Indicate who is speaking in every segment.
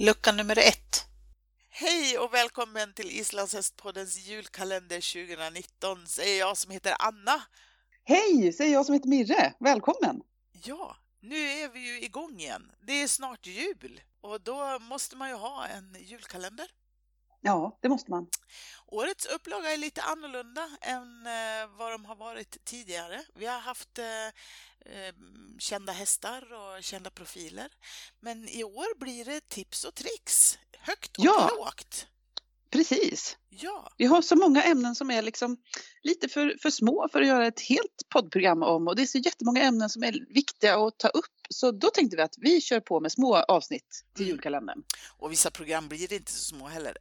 Speaker 1: Lucka nummer 1. Hej och välkommen till Islandshästpoddens julkalender 2019, säger jag som heter Anna.
Speaker 2: Hej, säger jag som heter Mirre. Välkommen!
Speaker 1: Ja, nu är vi ju igång igen. Det är snart jul och då måste man ju ha en julkalender.
Speaker 2: Ja, det måste man.
Speaker 1: Årets upplaga är lite annorlunda än vad de har varit tidigare. Vi har haft kända hästar och kända profiler. Men i år blir det tips och tricks. Högt och lågt.
Speaker 2: Precis.
Speaker 1: Ja.
Speaker 2: Vi har så många ämnen som är liksom lite för små för att göra ett helt poddprogram om. Och det är så jättemånga ämnen som är viktiga att ta upp. Så då tänkte vi att vi kör på med små avsnitt till julkalendern.
Speaker 1: Och vissa program blir inte så små heller.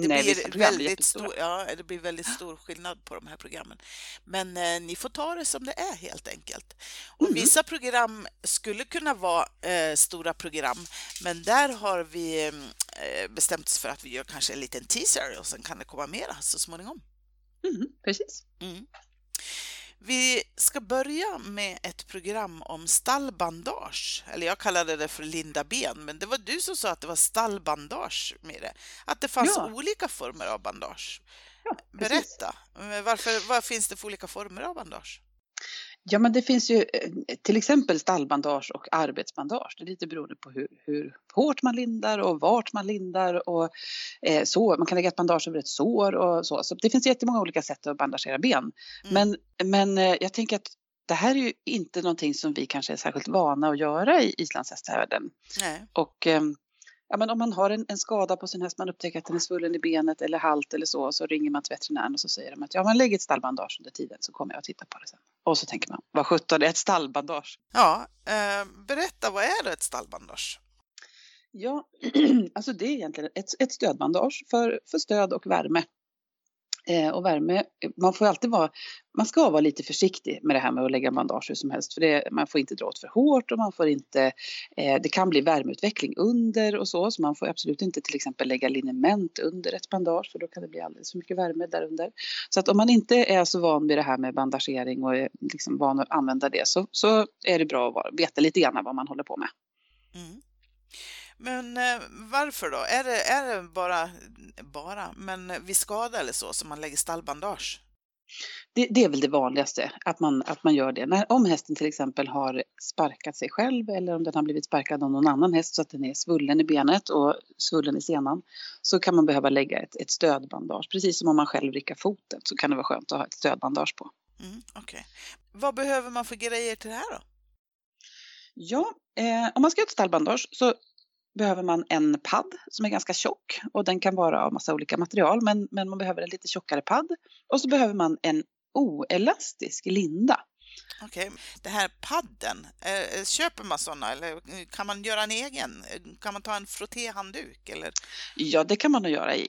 Speaker 1: Det blir väldigt stor skillnad på de här programmen. Men ni får ta det som det är helt enkelt. Och vissa program skulle kunna vara stora program. Men där har vi bestämt oss för att vi gör kanske en liten teaser och sen kan det komma mera så småningom.
Speaker 2: Precis.
Speaker 1: Vi ska börja med ett program om stallbandage. Eller jag kallade det för Linda Ben, men det var du som sa att det var stallbandage med det. Att det fanns olika former av bandage.
Speaker 2: Ja,
Speaker 1: berätta, vad finns det för olika former av bandage?
Speaker 2: Ja, men det finns ju till exempel stallbandage och arbetsbandage. Det är lite beroende på hur hårt man lindar och vart man lindar och så. Man kan lägga ett bandage över ett sår och så. Så det finns jättemånga olika sätt att bandagera ben. Men jag tänker att det här är ju inte någonting som vi kanske är särskilt vana att göra i islandshästvärlden.
Speaker 1: Nej.
Speaker 2: Och men om man har en skada på sin häst, man upptäcker att den är svullen i benet eller halt eller så ringer man till veterinären och så säger de att man lägger ett stallbandage under tiden så kommer jag att titta på det sen. Och så tänker man, vad sjutton, det är ett stallbandage.
Speaker 1: Ja, berätta, vad är det ett stallbandage?
Speaker 2: Ja, alltså det är egentligen ett stödbandage för stöd och värme. Och värme, man ska vara lite försiktig med det här med att lägga bandage hur som helst. För man får inte dra åt för hårt och man får inte, det kan bli värmeutveckling under och så man får absolut inte till exempel lägga liniment under ett bandage för då kan det bli alldeles för mycket värme där under. Så att om man inte är så van vid det här med bandagering och är liksom van att använda det så är det bra att veta lite grann vad man håller på med.
Speaker 1: Men varför då? Är det bara men vid skada eller så som man lägger stallbandage?
Speaker 2: Det är väl det vanligaste, att man gör det. Om hästen till exempel har sparkat sig själv eller om den har blivit sparkad av någon annan häst så att den är svullen i benet och svullen i senan så kan man behöva lägga ett stödbandage. Precis som om man själv vrickar foten så kan det vara skönt att ha ett stödbandage på.
Speaker 1: Okej. Vad behöver man för grejer till det här då?
Speaker 2: Ja, om man ska ha ett stallbandage så behöver man en padd som är ganska tjock och den kan vara av massa olika material men man behöver en lite tjockare padd och så behöver man en oelastisk linda.
Speaker 1: Okej, det här padden, köper man sådana eller kan man göra en egen? Kan man ta en frottéhandduk eller?
Speaker 2: Ja, det kan man nog göra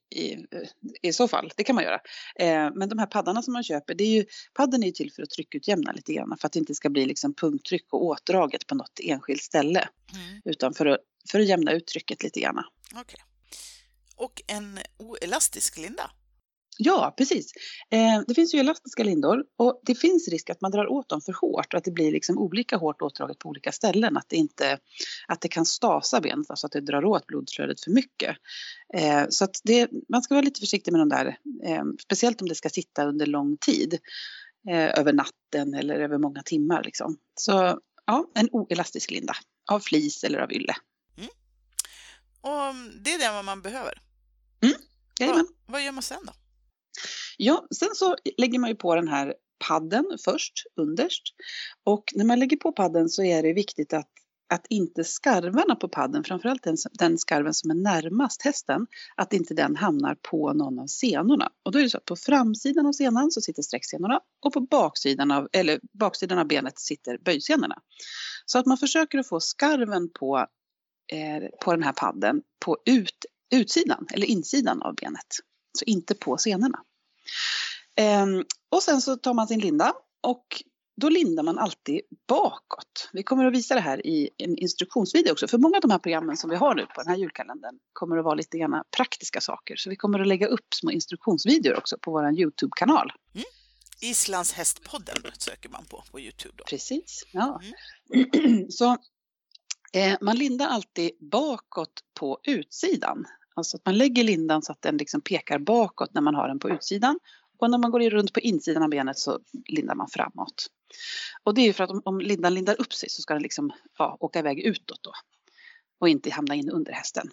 Speaker 2: i så fall, det kan man göra. Men de här paddarna som man köper, padden är ju till för att tryckutjämna lite grann för att det inte ska bli liksom punkttryck och åtdraget på något enskilt ställe utan för att jämna ut trycket lite grann.
Speaker 1: Okej. Och en oelastisk linda? Ja,
Speaker 2: precis. Det finns ju elastiska lindor och det finns risk att man drar åt dem för hårt och att det blir liksom olika hårt åtdraget på olika ställen. Att det kan stasa benet, alltså att det drar åt blodflödet för mycket. Så att man ska vara lite försiktig med de där, speciellt om det ska sitta under lång tid, över natten eller över många timmar. Liksom. Så ja, en oelastisk linda av flis eller av ylle.
Speaker 1: Och det är det vad man behöver? Vad gör man sen då?
Speaker 2: Ja, sen så lägger man ju på den här padden först, underst. Och när man lägger på padden så är det viktigt att inte skarvarna på padden, framförallt den skarven som är närmast hästen, att inte den hamnar på någon av senorna. Och då är det så att på framsidan av senan så sitter sträcksenorna och på baksidan av benet sitter böjsenorna. Så att man försöker att få skarven på den här padden på utsidan eller insidan av benet. Så inte på senorna. Och sen så tar man sin linda och då lindar man alltid bakåt. Vi kommer att visa det här i en instruktionsvideo också. För många av de här programmen som vi har nu på den här julkalendern kommer att vara lite grann praktiska saker. Så vi kommer att lägga upp små instruktionsvideor också på vår YouTube-kanal.
Speaker 1: Islandshästpodden söker man på YouTube då.
Speaker 2: Precis, ja. Så Man lindar alltid bakåt på utsidan. Alltså att man lägger lindan så att den liksom pekar bakåt när man har den på utsidan. Och när man går runt på insidan av benet så lindar man framåt. Och det är ju för att om lindan lindar upp sig så ska den liksom åka iväg utåt då. Och inte hamna in under hästen.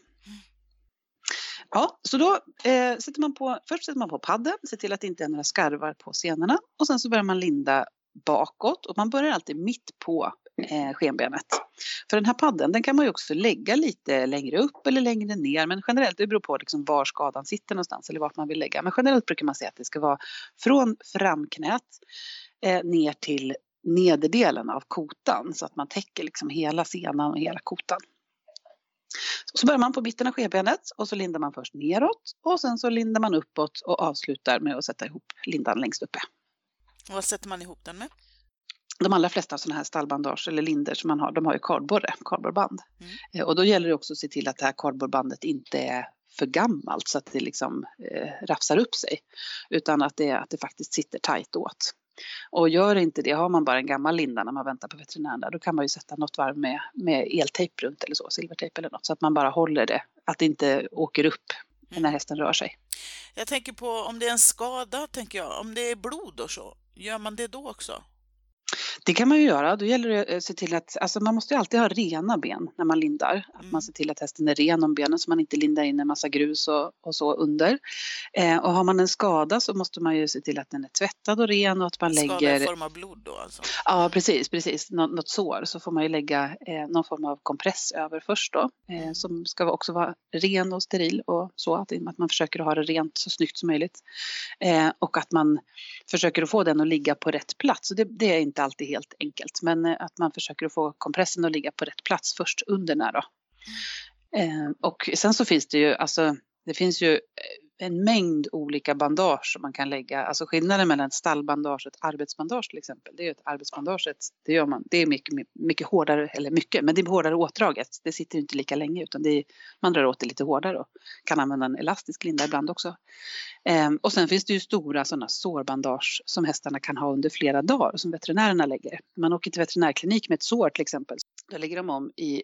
Speaker 2: Ja, så då sätter man på padden, ser till att det inte är några skarvar på senorna. Och sen så börjar man linda bakåt och man börjar alltid mitt på skenbenet. För den här padden, den kan man ju också lägga lite längre upp eller längre ner. Men generellt, det beror på liksom var skadan sitter någonstans eller vart man vill lägga. Men generellt brukar man säga att det ska vara från framknät ner till nederdelen av kotan. Så att man täcker liksom hela senan och hela kotan. Så börjar man på mitten av skenbenet och så lindar man först neråt. Och sen så lindar man uppåt och avslutar med att sätta ihop lindan längst uppe.
Speaker 1: Vad sätter man ihop den med?
Speaker 2: De allra flesta sådana här stallbandage eller linder som man har, de har ju kardborreband. Och då gäller det också att se till att det här kardborrebandet inte är för gammalt så att det liksom rafsar upp sig. Utan att det faktiskt sitter tajt åt. Och gör inte det, har man bara en gammal linda när man väntar på veterinären där, då kan man ju sätta något varv med eltejp runt eller så, silvertejp eller något. Så att man bara håller det, att det inte åker upp när hästen rör sig.
Speaker 1: Jag tänker på om det är en skada, om det är blod och så, gör man det då också?
Speaker 2: Det kan man ju göra. Då gäller det att se till att, alltså man måste ju alltid ha rena ben när man lindar. Att man ser till att hästen är ren om benen så man inte lindar in en massa grus och så under. Och har man en skada så måste man ju se till att den är tvättad och ren och att man lägger...
Speaker 1: Skada i form av blod då alltså?
Speaker 2: Ja, precis. Något sår så får man ju lägga någon form av kompress över först då. Som ska också vara ren och steril och så. Att man försöker att ha det rent så snyggt som möjligt. Och att man försöker att få den att ligga på rätt plats. Så det är inte alltid helt enkelt. Men att man försöker att få kompressen att ligga på rätt plats först under när då. Och sen så finns det ju, alltså det finns ju en mängd olika bandage som man kan lägga. Alltså skillnaden mellan ett stallbandage och ett arbetsbandage till exempel. Det är ju ett arbetsbandage, det är mycket hårdare, eller mycket, men det är hårdare åtdraget. Det sitter inte lika länge utan man drar åt det lite hårdare och kan använda en elastisk linda ibland också. Och sen finns det ju stora sådana sårbandage som hästarna kan ha under flera dagar som veterinärerna lägger. Man åker till veterinärklinik med ett sår till exempel. Då lägger de om i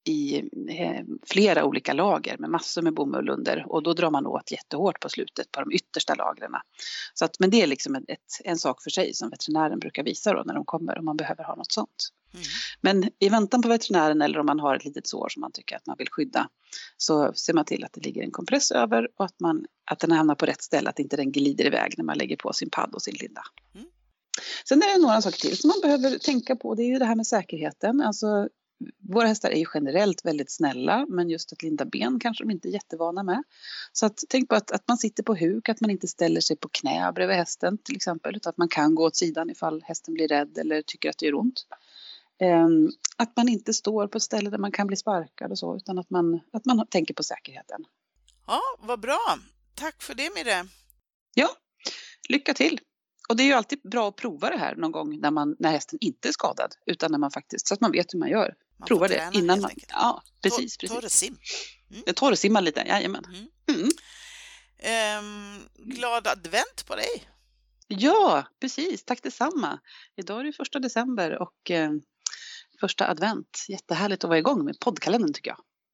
Speaker 2: flera olika lager med massor med bomull under och då drar man åt jättehårt på slutet på de yttersta lagren. Så att, men det är liksom en sak för sig som veterinären brukar visa då när de kommer om man behöver ha något sånt. Men i väntan på veterinären eller om man har ett litet sår som man tycker att man vill skydda så ser man till att det ligger en kompress över och att den hamnar på rätt ställe, att inte den glider iväg när man lägger på sin padd och sin linda. Sen är det några saker till som man behöver tänka på. Det är ju det här med säkerheten. Alltså våra hästar är ju generellt väldigt snälla men just att linda ben kanske de inte är jättevana med. Så att tänk på att man sitter på huk, att man inte ställer sig på knä bredvid hästen till exempel. Utan att man kan gå åt sidan ifall hästen blir rädd eller tycker att det gör ont. Att man inte står på ett ställe där man kan bli sparkad och så utan att man tänker på säkerheten.
Speaker 1: Ja, vad bra. Tack för det Mirre.
Speaker 2: Ja, lycka till. Och det är ju alltid bra att prova det här någon gång när hästen inte är skadad utan när man faktiskt, så att man vet hur man gör. Prova det innan man... Ja, precis.
Speaker 1: Torrsim.
Speaker 2: Det torrsimma lite, jajamän.
Speaker 1: Glad advent på dig.
Speaker 2: Ja, precis. Tack detsamma. Idag är det 1 december och första advent. Jättehärligt att vara igång med poddkalendern tycker jag.